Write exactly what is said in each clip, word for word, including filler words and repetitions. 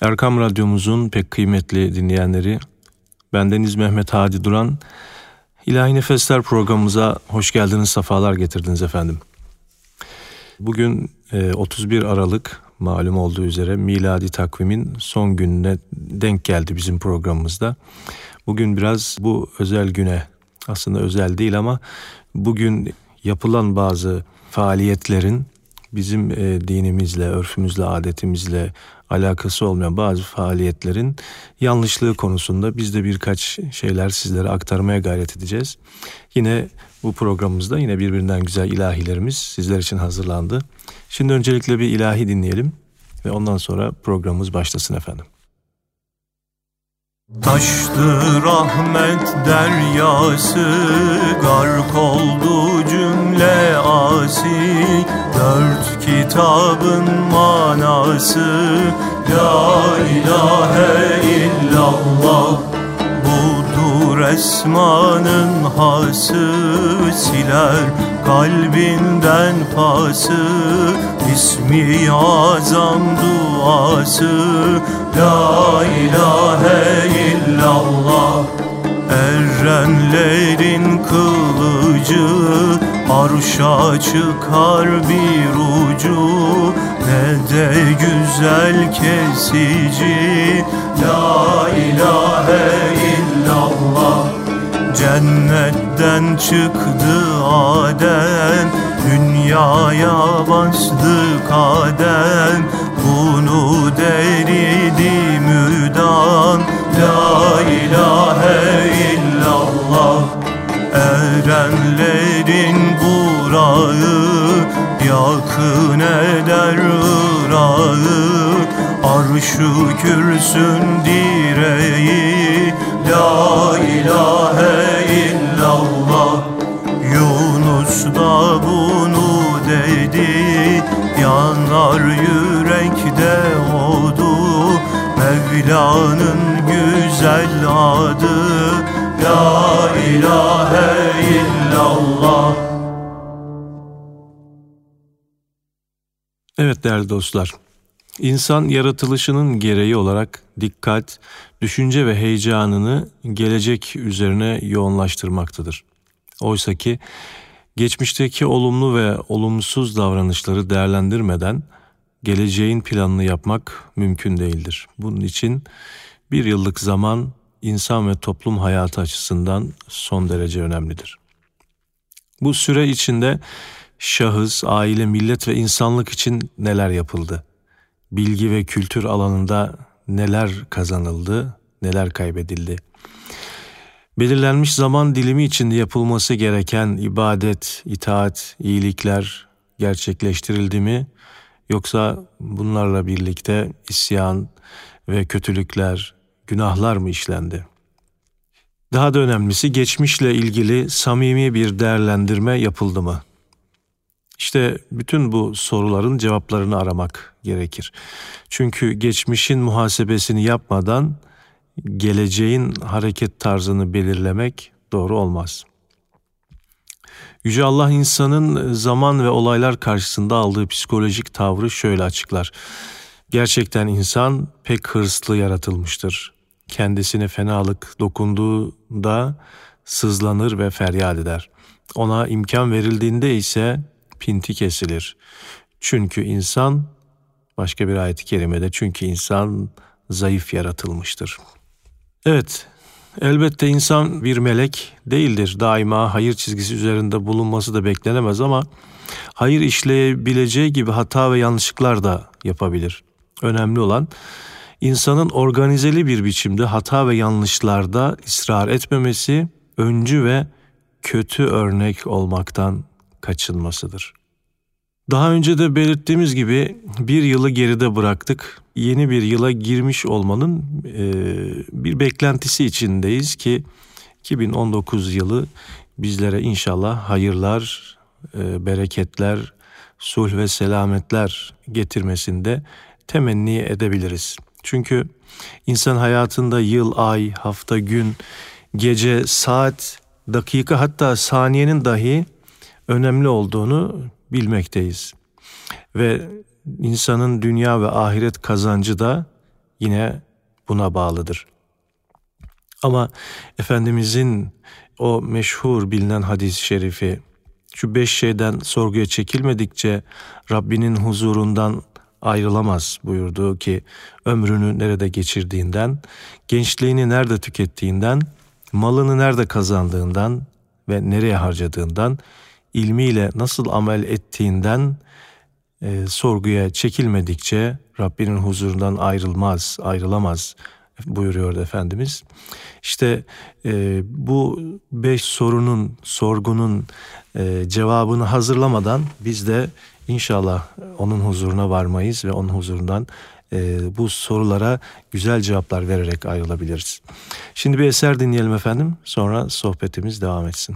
Erkam Radyomuzun pek kıymetli dinleyenleri, bendeniz Mehmet Hadi Duran, İlahi Nefesler programımıza hoş geldiniz, sefalar getirdiniz efendim. Bugün otuz bir Aralık, malum olduğu üzere miladi takvimin son gününe denk geldi bizim programımızda. Bugün biraz bu özel güne, aslında özel değil ama bugün yapılan bazı faaliyetlerin bizim dinimizle, örfümüzle, adetimizle alakası olmayan bazı faaliyetlerin yanlışlığı konusunda biz de birkaç şeyler sizlere aktarmaya gayret edeceğiz. Yine bu programımızda yine birbirinden güzel ilahilerimiz sizler için hazırlandı. Şimdi öncelikle bir ilahi dinleyelim ve ondan sonra programımız başlasın efendim. Taştı rahmet deryası, gark oldu cümle asi. Dört kitabın manası, la ilahe illallah. Budur esmanın hası, siler kalbinden pası. İsmi azam duası, la ilahe illallah. Erenlerin kılıcı, arşa çıkar bir ucu. Ne de güzel kesici, la ilahe illallah. Cennetten çıktı Adem, dünyaya bastı kadem. Bunu deridi müdam, la ilahe illallah. Erenlerin burağı, yakın eder Irak'ı. Arş-ı kürsün direği, la ilahe illallah. Yunus da bunu dedi, yanar yürekte odu. Mevla'nın güzel adı, la ilahe illallah. Evet değerli dostlar, İnsan yaratılışının gereği olarak dikkat, düşünce ve heyecanını gelecek üzerine yoğunlaştırmaktadır. Oysa ki geçmişteki olumlu ve olumsuz davranışları değerlendirmeden geleceğin planını yapmak mümkün değildir. Bunun için bir yıllık zaman insan ve toplum hayatı açısından son derece önemlidir. Bu süre içinde şahıs, aile, millet ve insanlık için neler yapıldı? Bilgi ve kültür alanında neler kazanıldı, neler kaybedildi? Belirlenmiş zaman dilimi içinde yapılması gereken ibadet, itaat, iyilikler gerçekleştirildi mi? Yoksa bunlarla birlikte isyan ve kötülükler, günahlar mı işlendi? Daha da önemlisi geçmişle ilgili samimi bir değerlendirme yapıldı mı? İşte bütün bu soruların cevaplarını aramak gerekir. Çünkü geçmişin muhasebesini yapmadan geleceğin hareket tarzını belirlemek doğru olmaz. Yüce Allah insanın zaman ve olaylar karşısında aldığı psikolojik tavrı şöyle açıklar. Gerçekten insan pek hırslı yaratılmıştır. Kendisine fenalık dokunduğunda sızlanır ve feryat eder. Ona imkan verildiğinde ise pinti kesilir. Çünkü insan, başka bir ayet-i kerimede, çünkü insan zayıf yaratılmıştır. Evet, elbette insan bir melek değildir. Daima hayır çizgisi üzerinde bulunması da beklenemez ama hayır işleyebileceği gibi hata ve yanlışlıklar da yapabilir. Önemli olan insanın organizeli bir biçimde hata ve yanlışlarda ısrar etmemesi, öncü ve kötü örnek olmaktan kaçınmasıdır. Daha önce de belirttiğimiz gibi bir yılı geride bıraktık. Yeni bir yıla girmiş olmanın e, bir beklentisi içindeyiz ki iki bin on dokuz yılı bizlere inşallah hayırlar, e, bereketler, sulh ve selametler getirmesinde temenni edebiliriz. Çünkü insan hayatında yıl, ay, hafta, gün, gece, saat, dakika, hatta saniyenin dahi önemli olduğunu bilmekteyiz. Ve insanın dünya ve ahiret kazancı da yine buna bağlıdır. Ama Efendimizin o meşhur bilinen hadis-i şerifi, şu beş şeyden sorguya çekilmedikçe Rabbinin huzurundan ayrılamaz buyurduğu ki, ömrünü nerede geçirdiğinden, gençliğini nerede tükettiğinden, malını nerede kazandığından ve nereye harcadığından, ilmiyle nasıl amel ettiğinden e, sorguya çekilmedikçe Rabbinin huzurundan ayrılmaz, ayrılamaz buyuruyor Efendimiz. İşte e, bu beş sorunun, sorgunun e, cevabını hazırlamadan biz de İnşallah onun huzuruna varmayız ve onun huzurundan e, bu sorulara güzel cevaplar vererek ayrılabiliriz. Şimdi bir eser dinleyelim efendim, sonra sohbetimiz devam etsin.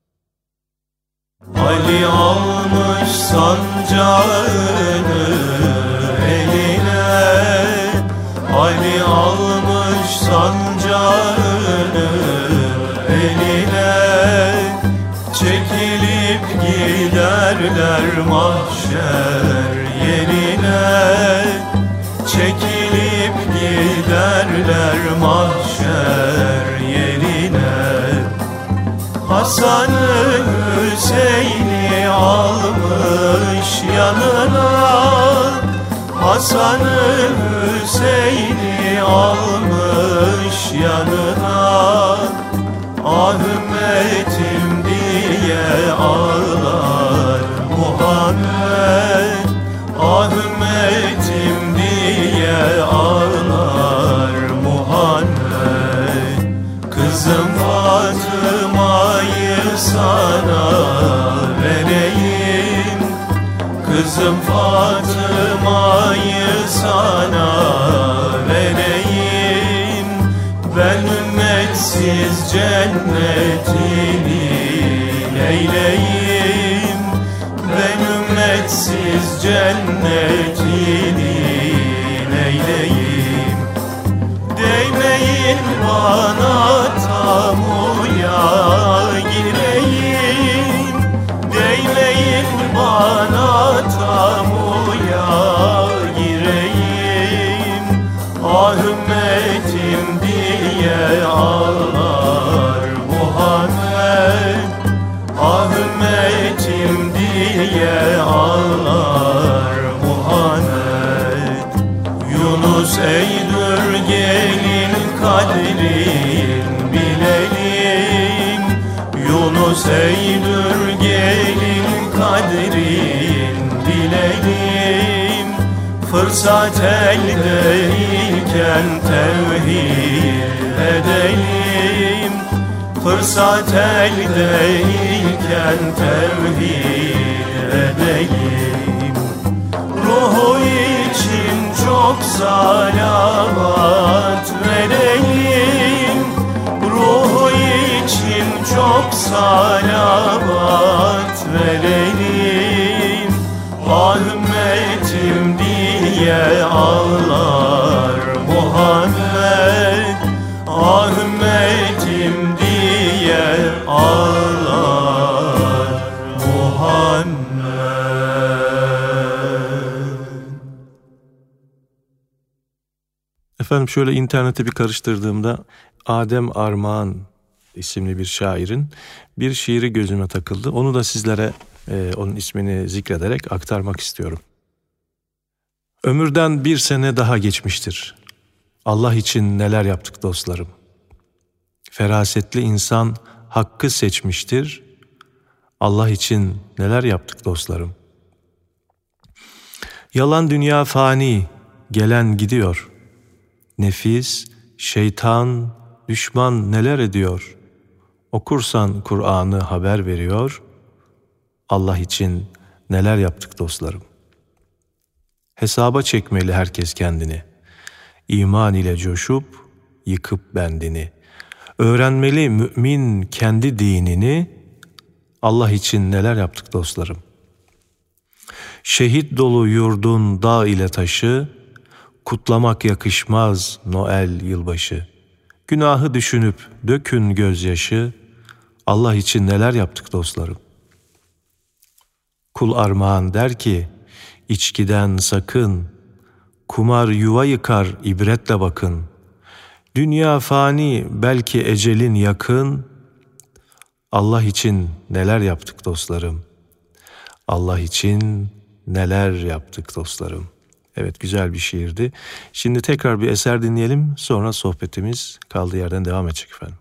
Ali almış sancağını eline, Ali almış sancağını eline, çekilip giderler mahşer yerine, çekilip giderler mahşer yerine. Hasan-ı Hüseyin'i almış yanına, Hasan-ı Hüseyin'i almış yanına, ah ümmetim diye ağlar Muhammed, ah ümmetim diye ağlar Muhammed. Kızım Fatıma'yı sana vereyim, kızım Fatıma'yı sana vereyim, ben ümmetsiz cennetini neyleyim, ben ümmetsiz cennetini neyleyim. Değmeyin bana tamuya gireyim, değmeyin bana tamuya gireyim, ah ümmetim diye ağlar Muhammed, ah ümmetim diye ağlar Muhammed. Yunus eydür gelin kadrin bilelim, Yunus eydür gelin kadrin bilelim, fırsat eldeyken tevhid edelim, fırsat eldeyken tevhid edelim. Ruhu için çok salavat verelim, ruhu için çok salavat verelim, ah ümmetim diye ağlar Muhammed, ah ümmetim diye ağlar Muhammed. Efendim şöyle internete bir karıştırdığımda Adem Armağan isimli bir şairin bir şiiri gözüme takıldı. Onu da sizlere e, onun ismini zikrederek aktarmak istiyorum. Ömürden bir sene daha geçmiştir. Allah için neler yaptık dostlarım. Ferasetli insan hakkı seçmiştir. Allah için neler yaptık dostlarım. Yalan dünya fani, gelen gidiyor. Nefis, şeytan, düşman neler ediyor? Okursan Kur'an'ı haber veriyor. Allah için neler yaptık dostlarım. Hesaba çekmeli herkes kendini. İman ile coşup yıkıp bendini. Öğrenmeli mümin kendi dinini. Allah için neler yaptık dostlarım. Şehit dolu yurdun dağ ile taşı, kutlamak yakışmaz Noel yılbaşı. Günahı düşünüp dökün gözyaşı, Allah için neler yaptık dostlarım. Kul Armağan der ki, içkiden sakın, Kumar yuva yıkar, ibretle bakın. Dünya fani, belki ecelin yakın. Allah için neler yaptık dostlarım. Allah için neler yaptık dostlarım. Evet, güzel bir şiirdi. Şimdi tekrar bir eser dinleyelim. Sonra sohbetimiz kaldığı yerden devam edecek efendim.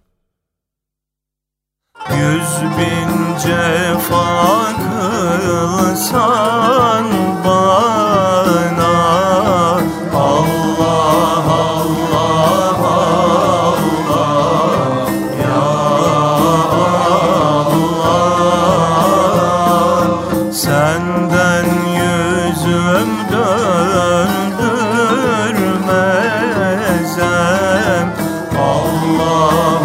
Yüz bin cefa kılsan bana, Allah Allah Allah ya Allah, senden yüzüm döndürmezem, Allah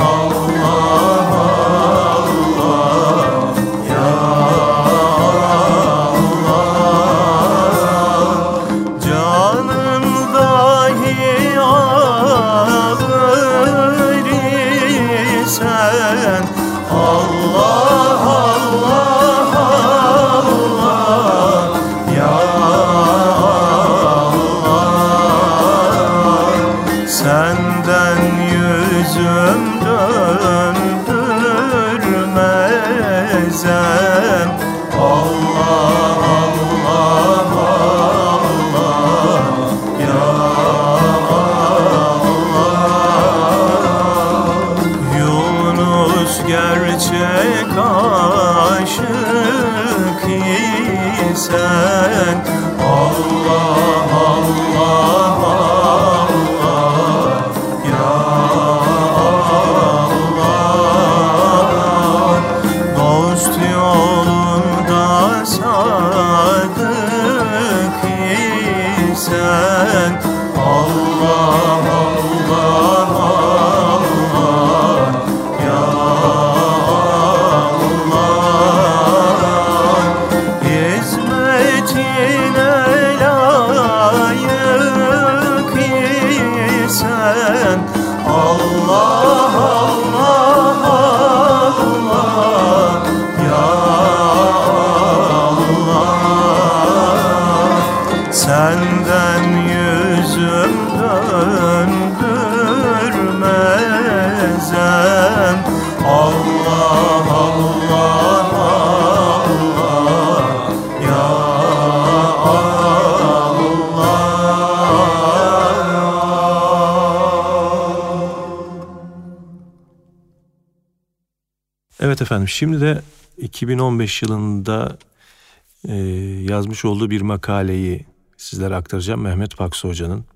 Evet efendim, şimdi de iki bin on beş yılında e, yazmış olduğu bir makaleyi sizlere aktaracağım, Mehmet Paksu Hoca'nın.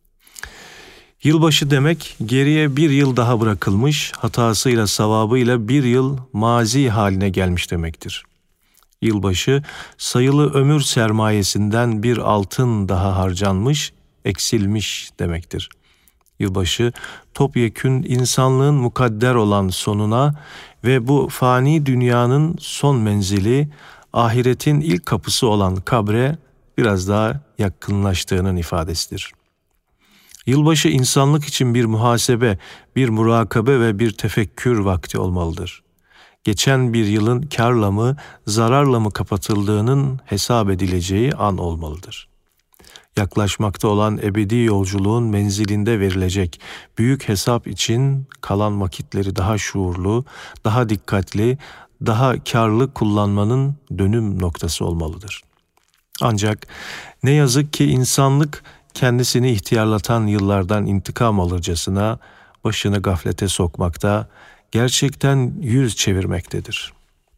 Yılbaşı demek, geriye bir yıl daha bırakılmış, hatasıyla savabıyla bir yıl mazi haline gelmiş demektir. Yılbaşı, sayılı ömür sermayesinden bir altın daha harcanmış, eksilmiş demektir. Yılbaşı, topyekün insanlığın mukadder olan sonuna ve bu fani dünyanın son menzili, ahiretin ilk kapısı olan kabre biraz daha yakınlaştığının ifadesidir. Yılbaşı insanlık için bir muhasebe, bir murakabe ve bir tefekkür vakti olmalıdır. Geçen bir yılın kârla mı, zararla mı kapatıldığının hesap edileceği an olmalıdır. Yaklaşmakta olan ebedi yolculuğun menzilinde verilecek büyük hesap için kalan vakitleri daha şuurlu, daha dikkatli, daha kârlı kullanmanın dönüm noktası olmalıdır. Ancak ne yazık ki insanlık kendisini ihtiyarlatan yıllardan intikam alırcasına başını gaflete sokmakta, gerçekten yüz çevirmektedir.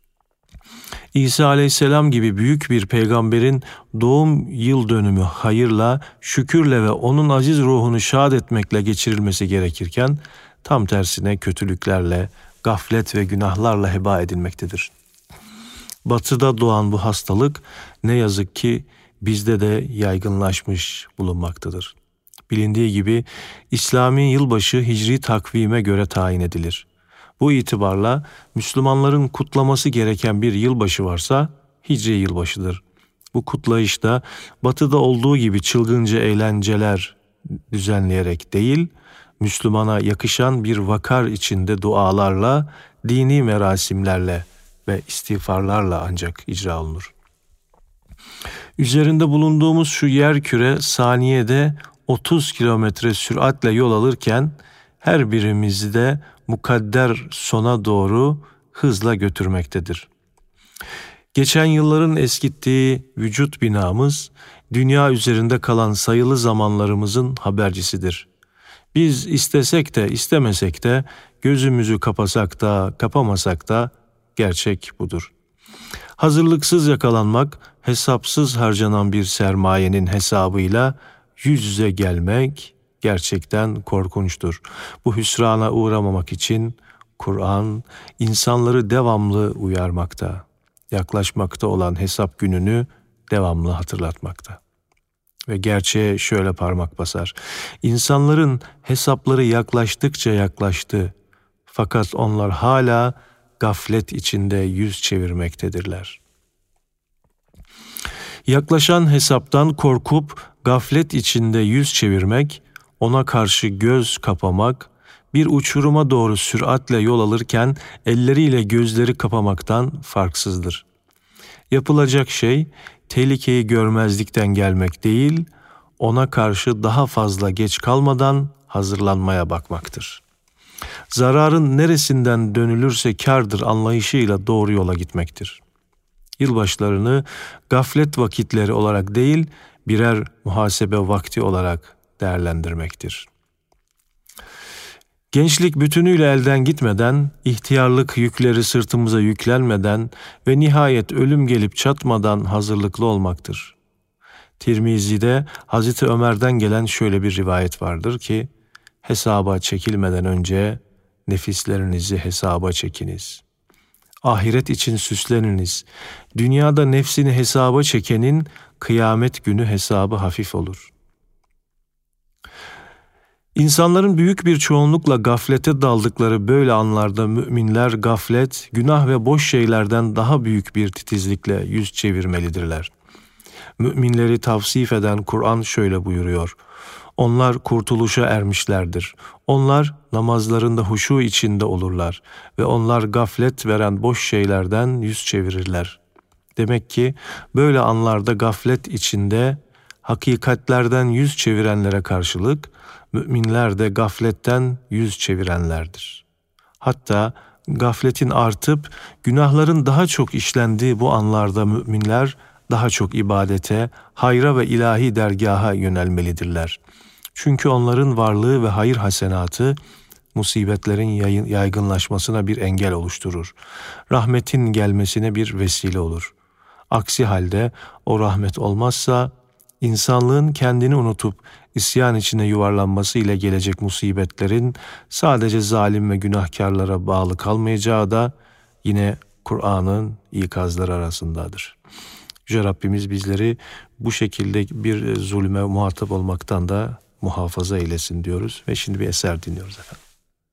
İsa Aleyhisselam gibi büyük bir peygamberin doğum yıl dönümü hayırla, şükürle ve onun aziz ruhunu şad etmekle geçirilmesi gerekirken, tam tersine kötülüklerle, gaflet ve günahlarla heba edilmektedir. Batıda doğan bu hastalık ne yazık ki bizde de yaygınlaşmış bulunmaktadır. Bilindiği gibi İslami yılbaşı hicri takvime göre tayin edilir. Bu itibarla Müslümanların kutlaması gereken bir yılbaşı varsa hicri yılbaşıdır. Bu kutlayışta Batı'da olduğu gibi çılgınca eğlenceler düzenleyerek değil, Müslümana yakışan bir vakar içinde dualarla, dini merasimlerle ve istiğfarlarla ancak icra olunur. Üzerinde bulunduğumuz şu yer küre saniyede otuz kilometre süratle yol alırken her birimizi de mukadder sona doğru hızla götürmektedir. Geçen yılların eskittiği vücut binamız, dünya üzerinde kalan sayılı zamanlarımızın habercisidir. Biz istesek de istemesek de, gözümüzü kapasak da kapamasak da gerçek budur. Hazırlıksız yakalanmak, hesapsız harcanan bir sermayenin hesabıyla yüz yüze gelmek gerçekten korkunçtur. Bu hüsrana uğramamak için Kur'an insanları devamlı uyarmakta, yaklaşmakta olan hesap gününü devamlı hatırlatmakta. Ve gerçeğe şöyle parmak basar: İnsanların hesapları yaklaştıkça yaklaştı, fakat onlar hala gaflet içinde yüz çevirmektedirler. Yaklaşan hesaptan korkup gaflet içinde yüz çevirmek, ona karşı göz kapamak, bir uçuruma doğru süratle yol alırken elleriyle gözleri kapamaktan farksızdır. Yapılacak şey, tehlikeyi görmezlikten gelmek değil, ona karşı daha fazla geç kalmadan hazırlanmaya bakmaktır. Zararın neresinden dönülürse kârdır anlayışıyla doğru yola gitmektir. Yılbaşlarını gaflet vakitleri olarak değil, birer muhasebe vakti olarak değerlendirmektir. Gençlik bütünüyle elden gitmeden, ihtiyarlık yükleri sırtımıza yüklenmeden ve nihayet ölüm gelip çatmadan hazırlıklı olmaktır. Tirmizi'de Hazreti Ömer'den gelen şöyle bir rivayet vardır ki, hesaba çekilmeden önce nefislerinizi hesaba çekiniz. Ahiret için süsleniniz. Dünyada nefsini hesaba çekenin kıyamet günü hesabı hafif olur. İnsanların büyük bir çoğunlukla gaflete daldıkları böyle anlarda müminler gaflet, günah ve boş şeylerden daha büyük bir titizlikle yüz çevirmelidirler. Müminleri tavsif eden Kur'an şöyle buyuruyor: Onlar kurtuluşa ermişlerdir. Onlar namazlarında huşu içinde olurlar ve onlar gaflet veren boş şeylerden yüz çevirirler. Demek ki böyle anlarda gaflet içinde hakikatlerden yüz çevirenlere karşılık, müminler de gafletten yüz çevirenlerdir. Hatta gafletin artıp günahların daha çok işlendiği bu anlarda müminler daha çok ibadete, hayra ve ilahi dergaha yönelmelidirler. Çünkü onların varlığı ve hayır hasenatı musibetlerin yaygınlaşmasına bir engel oluşturur. Rahmetin gelmesine bir vesile olur. Aksi halde o rahmet olmazsa insanlığın kendini unutup isyan içine yuvarlanması ile gelecek musibetlerin sadece zalim ve günahkarlara bağlı kalmayacağı da yine Kur'an'ın ikazları arasındadır. Yüce Rabbimiz bizleri bu şekilde bir zulme muhatap olmaktan da muhafaza eylesin diyoruz ve şimdi bir eser dinliyoruz efendim.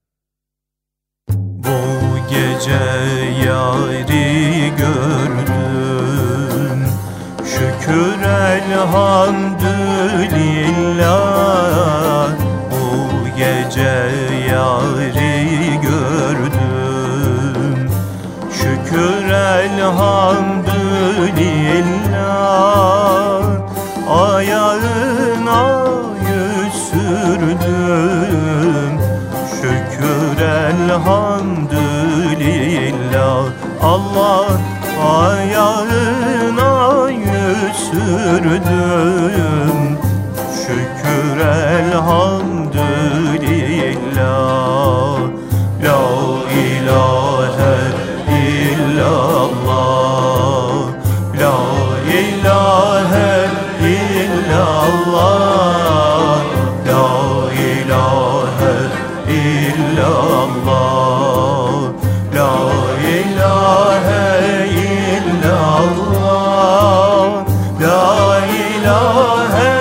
Bu gece yâri gördüm, şükür elhamdülillah. Bu gece yâri gördüm, şükür elhamdülillah. Ayağına yüz sürdüm, şükür elhamdülillah. Allah ayağına yüz sürdüm, şükür elhamdülillah. La ilahe illallah, la ilahe illallah, la ilahe illallah, la ilahe illallah, la ilahe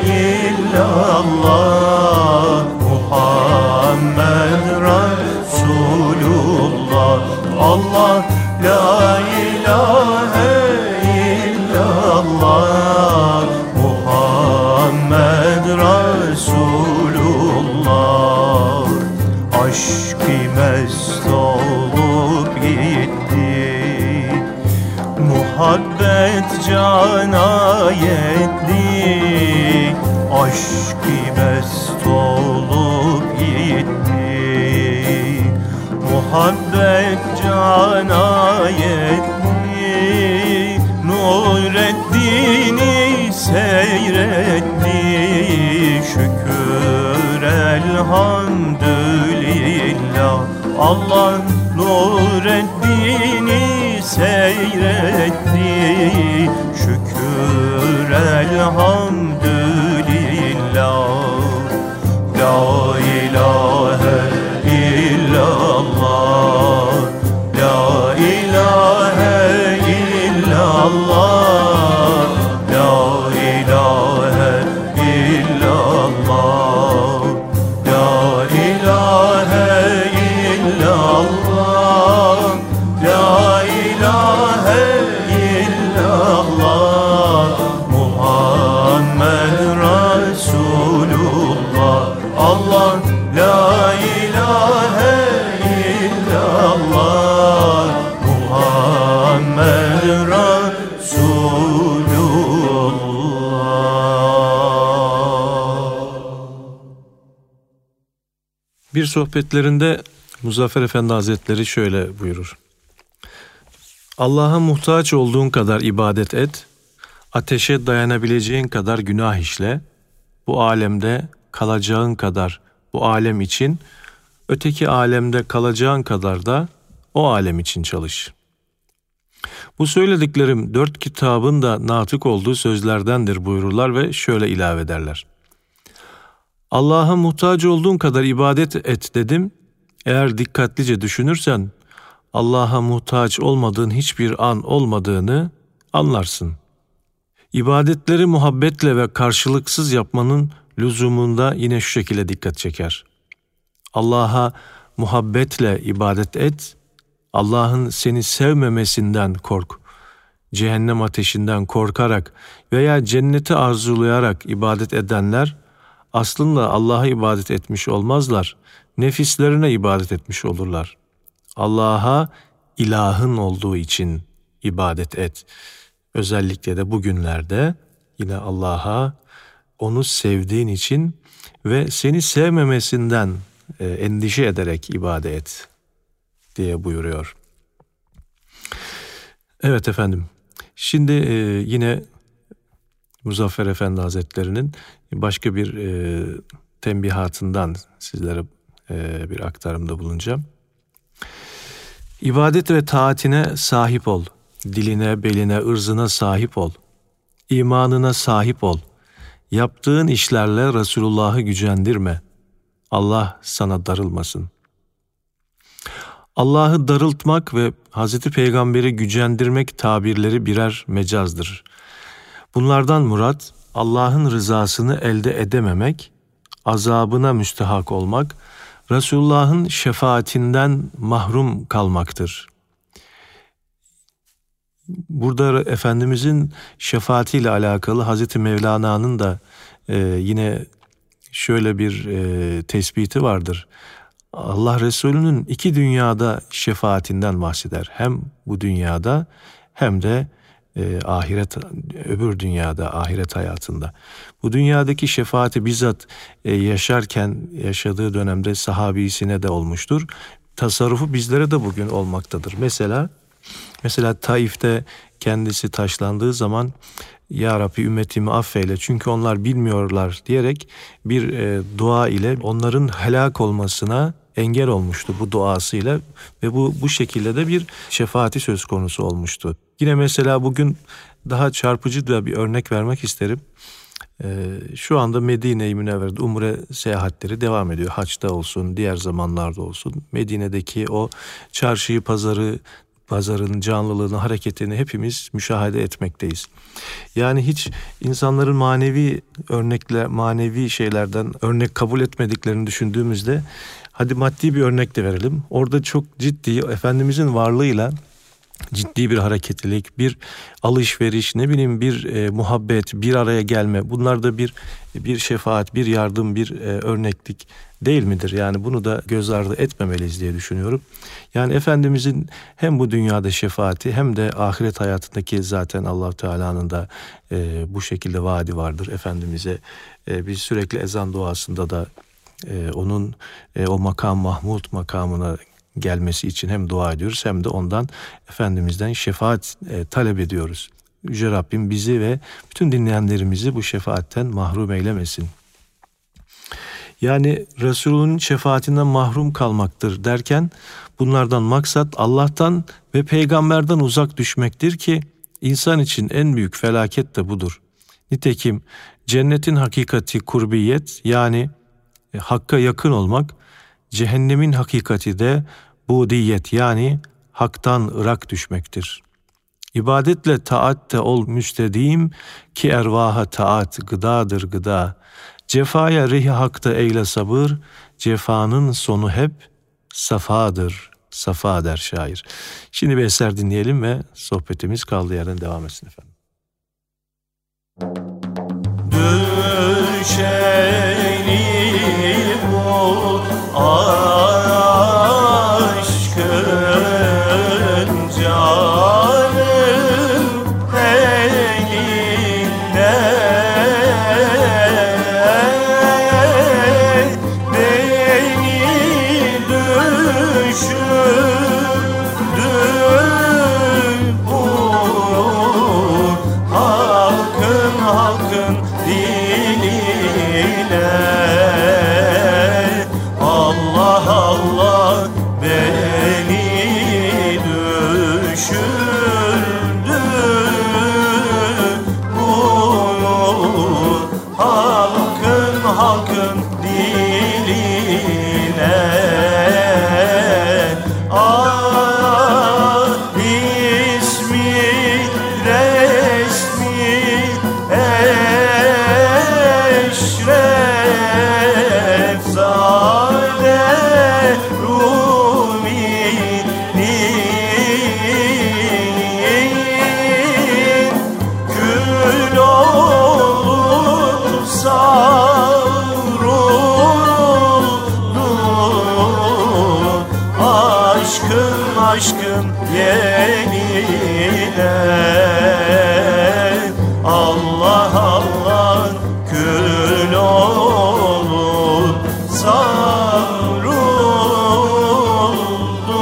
illallah. Muhammed Resulullah. Allah la ilahe illallah, Muhammed Resulullah. Aşk-ı mest olup gitti, muhabbet cana inayetli, aşk-ı mest olup gitti. Muhabbet cana yetti, Nureddin'i seyretti. Şükür elhamdülillah, Allah Nureddin'i seyretti. Şükür elhamdülillah. La ilahe illallah, la ilahe illallah, la ilahe illallah, la ilahe illallah, la ilahe illallah. Muhammed Resulullah, Allah la ilahe illallah, Muhammed Resulullah. Bir sohbetlerinde Muzaffer Efendi Hazretleri şöyle buyurur. Allah'a muhtaç olduğun kadar ibadet et, ateşe dayanabileceğin kadar günah işle, bu alemde kalacağın kadar bu alem için, öteki alemde kalacağın kadar da o alem için çalış. Bu söylediklerim dört kitabın da natık olduğu sözlerdendir buyururlar ve şöyle ilave ederler. Allah'a muhtaç olduğun kadar ibadet et dedim. Eğer dikkatlice düşünürsen Allah'a muhtaç olmadığın hiçbir an olmadığını anlarsın. İbadetleri muhabbetle ve karşılıksız yapmanın lüzumunda yine şu şekilde dikkat çeker. Allah'a muhabbetle ibadet et, Allah'ın seni sevmemesinden kork. Cehennem ateşinden korkarak veya cenneti arzulayarak ibadet edenler aslında Allah'a ibadet etmiş olmazlar, nefislerine ibadet etmiş olurlar. Allah'a ilahın olduğu için ibadet et. Özellikle de bugünlerde yine Allah'a onu sevdiğin için ve seni sevmemesinden e, endişe ederek ibadet et diye buyuruyor. Evet efendim. Şimdi e, yine Muzaffer Efendi Hazretleri'nin başka bir e, tembihatından sizlere e, bir aktarımda bulunacağım. İbadet ve taatine sahip ol. Diline, beline, ırzına sahip ol. İmanına sahip ol. Yaptığın işlerle Resulullah'ı gücendirme. Allah sana darılmasın. Allah'ı darıltmak ve Hazreti Peygamber'i gücendirmek tabirleri birer mecazdır. Bunlardan murat Allah'ın rızasını elde edememek, azabına müstehak olmak, Resulullah'ın şefaatinden mahrum kalmaktır. Burada Efendimizin şefaatiyle alakalı Hazreti Mevlana'nın da e, yine şöyle bir e, tespiti vardır. Allah Resulü'nün iki dünyada şefaatinden bahseder. Hem bu dünyada hem de e, ahiret, öbür dünyada, ahiret hayatında. Bu dünyadaki şefaati bizzat e, yaşarken, yaşadığı dönemde sahabisine de olmuştur. Tasarrufu bizlere de bugün olmaktadır. Mesela Mesela Taif'te kendisi taşlandığı zaman Ya Rabbi ümmetimi affeyle çünkü onlar bilmiyorlar diyerek bir e, dua ile onların helak olmasına engel olmuştu bu duasıyla ve bu bu şekilde de bir şefaati söz konusu olmuştu. Yine mesela bugün daha çarpıcı da bir örnek vermek isterim. Ee, şu anda Medine-i Münevvere'de umre seyahatleri devam ediyor. Haçta olsun, diğer zamanlarda olsun. Medine'deki o çarşıyı, pazarı, pazarın canlılığını, hareketini hepimiz müşahede etmekteyiz. Yani hiç insanların manevi örnekle, manevi şeylerden örnek kabul etmediklerini düşündüğümüzde, hadi maddi bir örnek de verelim. Orada çok ciddi Efendimizin varlığıyla ciddi bir hareketlilik, bir alışveriş, ne bileyim bir e, muhabbet, bir araya gelme. Bunlar da bir bir şefaat, bir yardım, bir e, örneklik değil midir? Yani bunu da göz ardı etmemeliyiz diye düşünüyorum. Yani Efendimizin hem bu dünyada şefaati hem de ahiret hayatındaki zaten Allah Teala'nın da e, bu şekilde vaadi vardır Efendimiz'e. E, biz sürekli ezan duasında da e, onun e, o makam Mahmud makamına gelmesi için hem dua ediyoruz hem de ondan, Efendimiz'den şefaat e, talep ediyoruz. Yüce Rabbim bizi ve bütün dinleyenlerimizi bu şefaatten mahrum eylemesin. Yani Resulünün şefaatinden mahrum kalmaktır derken bunlardan maksat Allah'tan ve peygamberden uzak düşmektir ki insan için en büyük felaket de budur. Nitekim cennetin hakikati kurbiyet, yani e, Hakk'a yakın olmak, cehennemin hakikati de budiyet, yani haktan ırak düşmektir. İbadetle taatte ol müstedim ki ervaha taat gıdadır gıda. Cefaya rehi hakta eyle sabır, cefanın sonu hep safadır, safa der şair. Şimdi bir eser dinleyelim ve sohbetimiz kaldığı yerden devam etsin efendim. Düşeni bu aşkın canım eline, beni düşürdü bu hakkın hakkın diline. Allah Allah beni düşürdü bu hakkın hakkın diline. Ah ismi resmi eşref zade Rumi'nin kül olup savruldu aşkın aşkın yenine. Allah Allah kül olup savruldu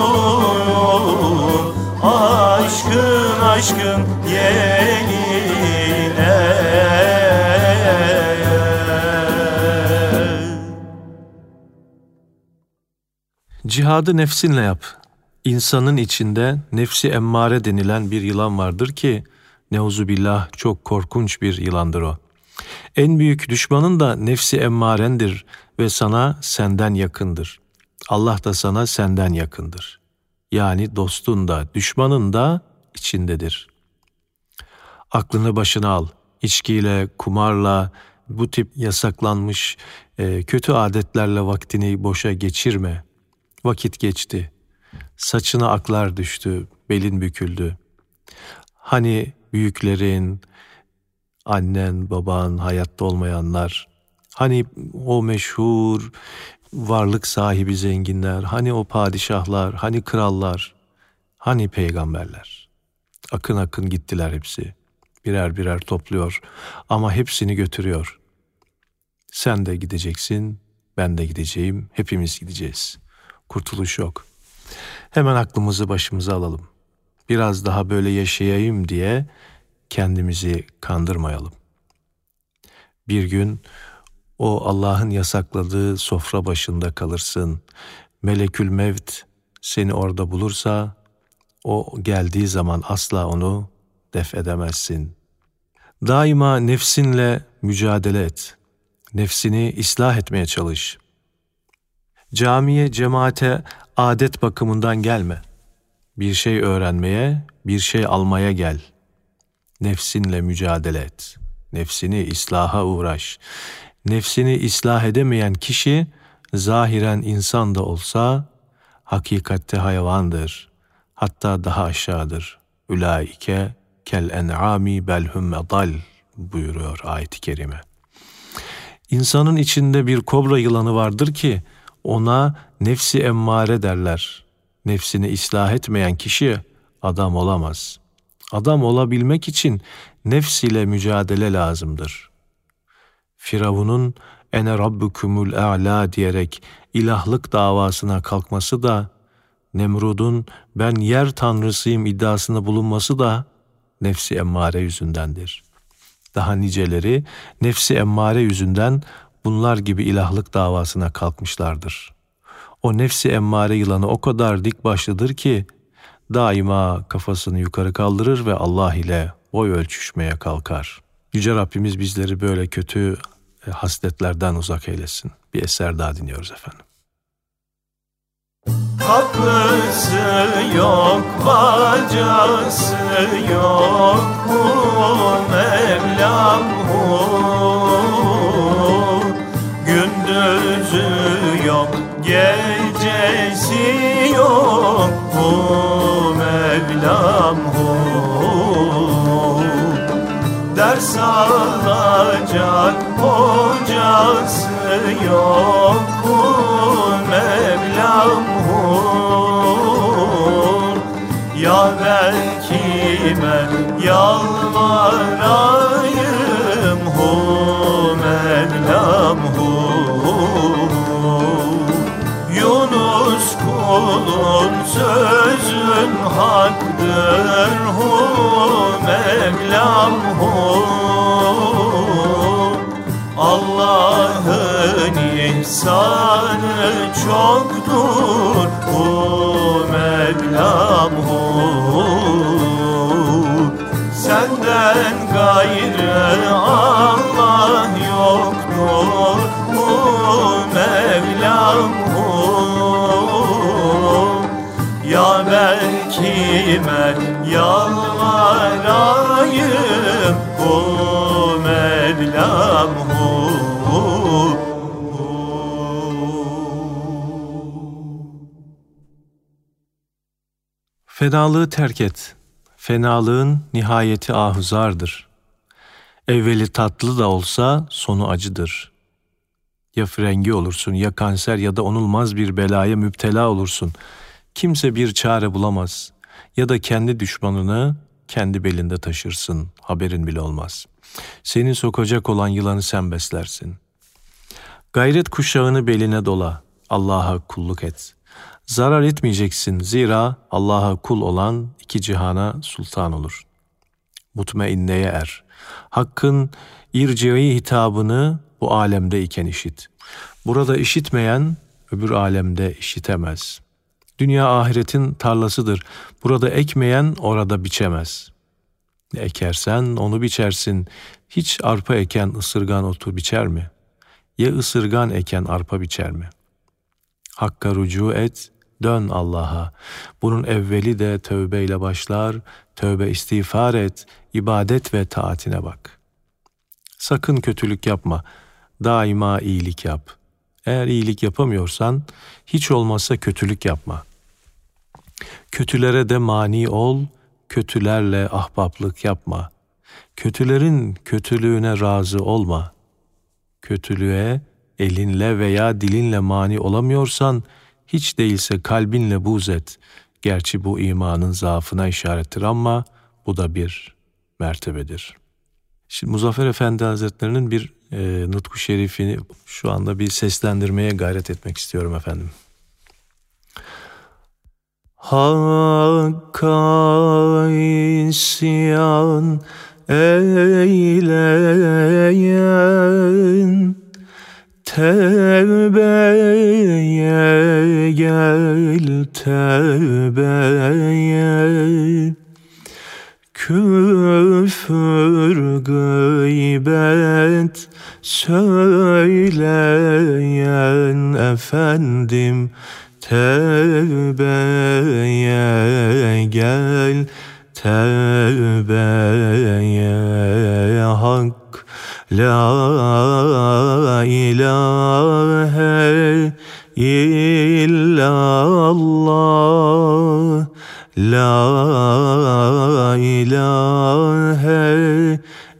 aşkın aşkın yenine. Cihadı nefsinle yap. İnsanın içinde nefsi emmare denilen bir yılan vardır ki neuzubillah çok korkunç bir yılandır o. En büyük düşmanın da nefsi emmarendir ve sana senden yakındır. Allah da sana senden yakındır. Yani dostun da düşmanın da içindedir. Aklını başına al. İçkiyle, kumarla, bu tip yasaklanmış e, kötü adetlerle vaktini boşa geçirme. Vakit geçti. Saçına aklar düştü, belin büküldü. Hani büyüklerin, annen, baban, hayatta olmayanlar, hani o meşhur varlık sahibi zenginler, hani o padişahlar, hani krallar, hani peygamberler. Akın akın gittiler hepsi. Birer birer topluyor ama hepsini götürüyor. Sen de gideceksin, ben de gideceğim, hepimiz gideceğiz. Kurtuluş yok. Hemen aklımızı başımıza alalım. Biraz daha böyle yaşayayım diye kendimizi kandırmayalım. Bir gün o Allah'ın yasakladığı sofra başında kalırsın. Melekül Mevt seni orada bulursa o geldiği zaman asla onu def edemezsin. Daima nefsinle mücadele et. Nefsini ıslah etmeye çalış. Camiye, cemaate adet bakımından gelme. Bir şey öğrenmeye, bir şey almaya gel. Nefsinle mücadele et. Nefsini islaha uğraş. Nefsini ıslah edemeyen kişi zahiren insan da olsa hakikatte hayvandır. hatta daha aşağıdır. Ulaike kel en'ami belhum edal buyuruyor ayet-i kerime. İnsanın içinde bir kobra yılanı vardır ki ona nefsi emmare derler. Nefsini ıslah etmeyen kişi adam olamaz. Adam olabilmek için nefs ile mücadele lazımdır. Firavun'un ene rabbukumul a'la diyerek ilahlık davasına kalkması da, Nemrud'un ben yer tanrısıyım iddiasında bulunması da nefsi emmare yüzündendir. Daha niceleri nefsi emmare yüzünden bunlar gibi ilahlık davasına kalkmışlardır. O nefsi emmare yılanı o kadar dik başlıdır ki daima kafasını yukarı kaldırır ve Allah ile boy ölçüşmeye kalkar. Yüce Rabbimiz bizleri böyle kötü hasletlerden uzak eylesin. Bir eser daha dinliyoruz efendim. Kapısı yok, bacası yok, hu Mevlam hu. Gündüzü yok, gecesi yok, hu Mevlam hu. Ders alacak hocası yok, hu Mevlam hu. Ya ben kime yalvarayım, hu Mevlam hu. Yunus kulun sözün haktır, hu Mevlam hu. Allah'ın ihsanı çoktur, hu Mevlam hu. Senden gayrı Allah yoktur, hu Mevlam hu. Ya ben kime yalvarayım, hu Mevlam hu. Fenalığı terk et. Fenalığın nihayeti ahuzardır. Evveli tatlı da olsa sonu acıdır. Ya frengi olursun, ya kanser ya da onulmaz bir belaya müptela olursun. Kimse bir çare bulamaz. Ya da kendi düşmanını kendi belinde taşırsın, haberin bile olmaz. Seni sokacak olan yılanı sen beslersin. Gayret kuşağını beline dola, Allah'a kulluk et. Zarar etmeyeceksin, zira Allah'a kul olan iki cihana sultan olur. Mutmainneye er. Hakkın irci'i hitabını bu alemde iken işit. Burada işitmeyen öbür alemde işitemez. Dünya ahiretin tarlasıdır. Burada ekmeyen orada biçemez. Ne ekersen onu biçersin. Hiç arpa eken ısırgan otu biçer mi? Ya ısırgan eken arpa biçer mi? Hakka rücu et, dön Allah'a. Bunun evveli de tövbeyle başlar. Tövbe istiğfar et, ibadet ve taatine bak. Sakın kötülük yapma. Daima iyilik yap. Eğer iyilik yapamıyorsan hiç olmazsa kötülük yapma. Kötülere de mani ol, kötülerle ahbaplık yapma. Kötülerin kötülüğüne razı olma. Kötülüğe elinle veya dilinle mani olamıyorsan hiç değilse kalbinle buğz et. Gerçi bu imanın zaafına işarettir ama bu da bir mertebedir. Şimdi Muzaffer Efendi Hazretleri'nin bir e, nutku şerifini şu anda bir seslendirmeye gayret etmek istiyorum efendim. Hakka isyan eyleyen tevbeye gel tevbeye. Küfür gıybet söyleyen efendim tevbeye gel tevbeye. Hak la ilahe illallah La ilahe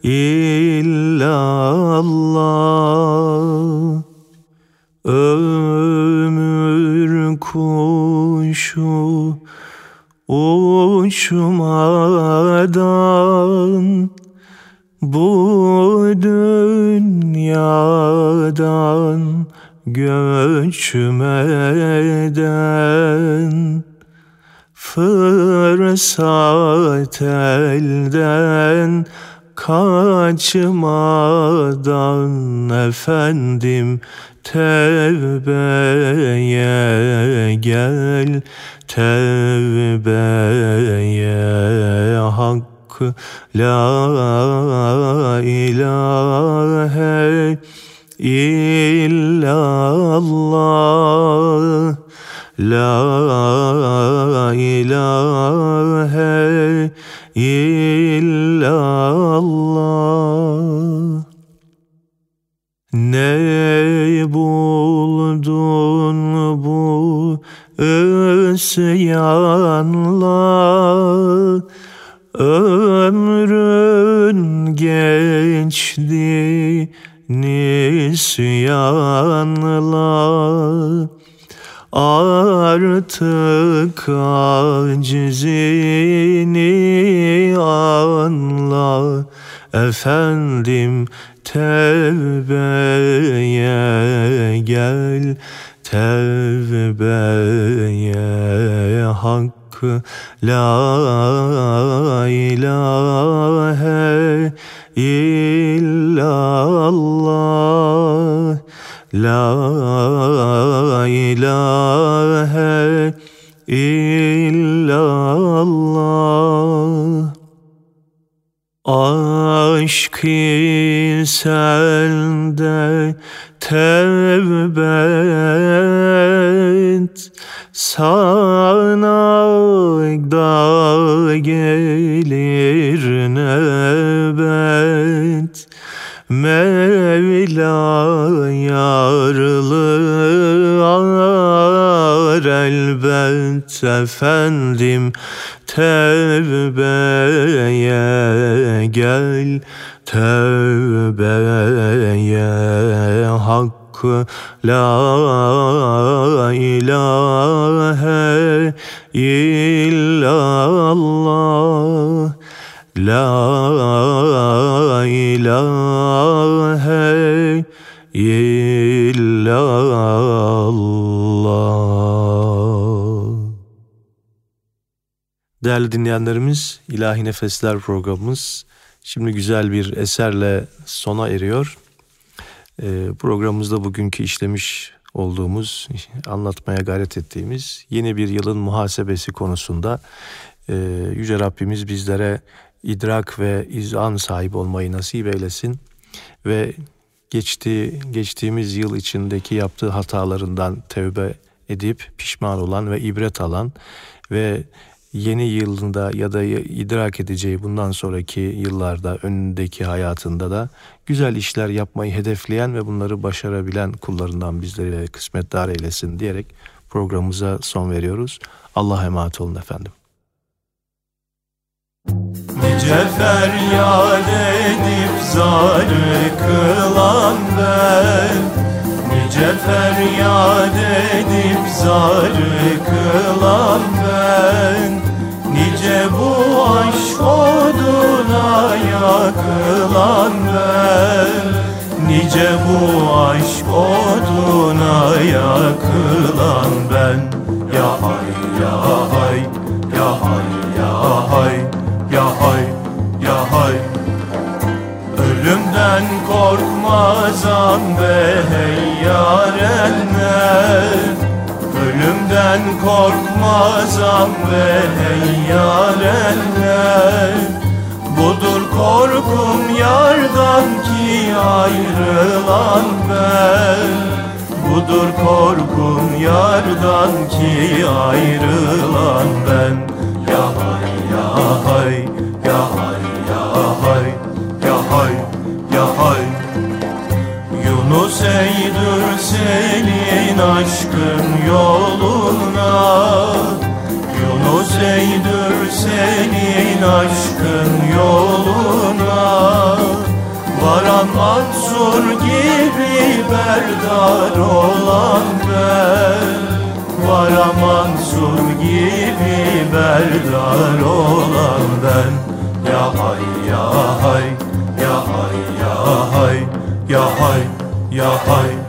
illallah. Ömür kuşu uçmadan, bu dünyadan göçmeden, fırsat elden kaçmadan efendim tevbeye gel, tevbeye. Hakkı la ilahe illallah, la ilahe illallah. Ne buldun bu isyanla, ömrün geçti nisyanla. Artık acizini anla efendim, tevbeye gel, tevbeye. Hakkı la ilahe illallah, la ilahe illallah. Aşk-ı sende tevbe et, sana da gelir nöbet. Mevla yarlılar elbet efendim, tevbeye gel, tevbeye. Hakkı la ilahe illallah, la ilahe illallah. Değerli dinleyenlerimiz, İlahi Nefesler programımız şimdi güzel bir eserle sona eriyor. Ee, programımızda bugünkü işlemiş olduğumuz, anlatmaya gayret ettiğimiz yeni bir yılın muhasebesi konusunda e, Yüce Rabbimiz bizlere idrak ve izan sahibi olmayı nasip eylesin ve geçti, geçtiğimiz yıl içindeki yaptığı hatalarından tevbe edip pişman olan ve ibret alan ve yeni yılında ya da idrak edeceği bundan sonraki yıllarda, önündeki hayatında da güzel işler yapmayı hedefleyen ve bunları başarabilen kullarından bizlere kısmetdar eylesin diyerek programımıza son veriyoruz. Allah'a emanet olun efendim. Nice feryat edip zarı kılan ben, nice feryat edip zarı kılan ben, nice bu aşk oduna yakılan ben, nice bu aşk oduna yakılan ben. Ya hay ya hay, ya hay ya hay, ya hay, ya hay. Ölümden korkmazam be hey yarenler, ölümden korkmazam be hey yarenler. Budur korkum yardan ki ayrılan ben, budur korkum yardan ki ayrılan ben. Ya hay ya hay, ya hay ya hay, ya hay ya hay. Yunus eydür senin aşkın yoluna, Yunus neydür senin aşkın yoluna? Varan Mansur gibi berdar olan ben, Varan Mansur gibi berdar olan ben. Ya hay ya hay, ya hay ya hay, ya hay ya hay.